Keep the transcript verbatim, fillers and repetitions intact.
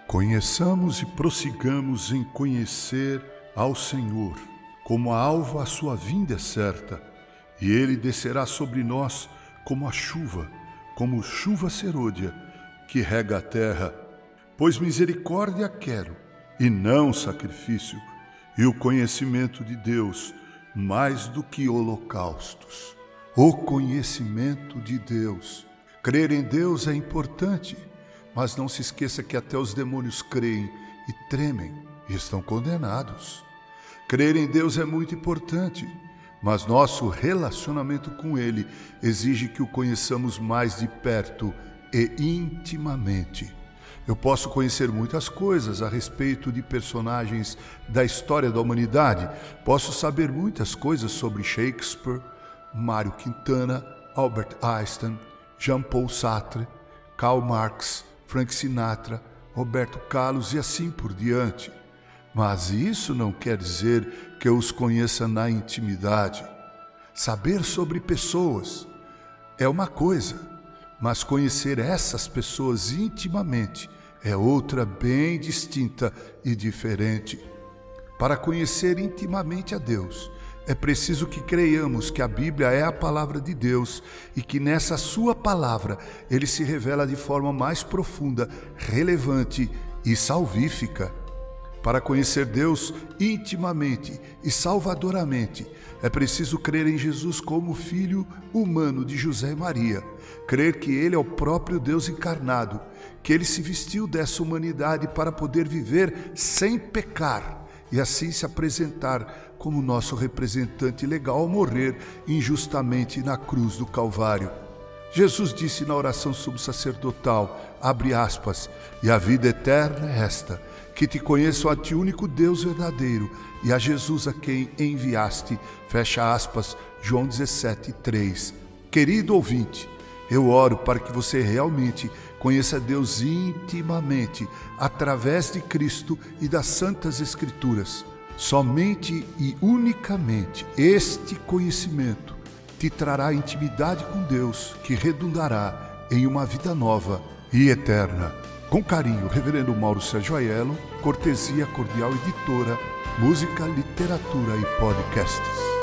Conheçamos e prossigamos em conhecer ao Senhor, como a alva a sua vinda é certa, e ele descerá sobre nós como a chuva, como chuva serôdia, que rega a terra. Pois misericórdia quero, e não sacrifício, e o conhecimento de Deus, mais do que holocaustos. O conhecimento de Deus. Crer em Deus é importante, mas não se esqueça que até os demônios creem e tremem e estão condenados. Crer em Deus é muito importante, mas nosso relacionamento com Ele exige que o conheçamos mais de perto e intimamente. Eu posso conhecer muitas coisas a respeito de personagens da história da humanidade. Posso saber muitas coisas sobre Shakespeare, Mário Quintana, Albert Einstein, Jean-Paul Sartre, Karl Marx, Frank Sinatra, Roberto Carlos e assim por diante. Mas isso não quer dizer que eu os conheça na intimidade. Saber sobre pessoas é uma coisa, mas conhecer essas pessoas intimamente é outra bem distinta e diferente. Para conhecer intimamente a Deus, é preciso que creiamos que a Bíblia é a palavra de Deus e que nessa sua palavra ele se revela de forma mais profunda, relevante e salvífica. Para conhecer Deus intimamente e salvadoramente, é preciso crer em Jesus como Filho humano de José e Maria, crer que Ele é o próprio Deus encarnado, que Ele se vestiu dessa humanidade para poder viver sem pecar e assim se apresentar como nosso representante legal ao morrer injustamente na cruz do Calvário. Jesus disse na oração subsacerdotal, abre aspas, e a vida eterna é esta, que te conheço a ti, único Deus verdadeiro, e a Jesus a quem enviaste, fecha aspas, João dezessete, três. Querido ouvinte, eu oro para que você realmente conheça Deus intimamente, através de Cristo e das Santas Escrituras. Somente e unicamente este conhecimento te trará intimidade com Deus, que redundará em uma vida nova e eterna. Com carinho, Reverendo Mauro Sérgio Aiello, cortesia Cordial Editora, Música, Literatura e Podcasts.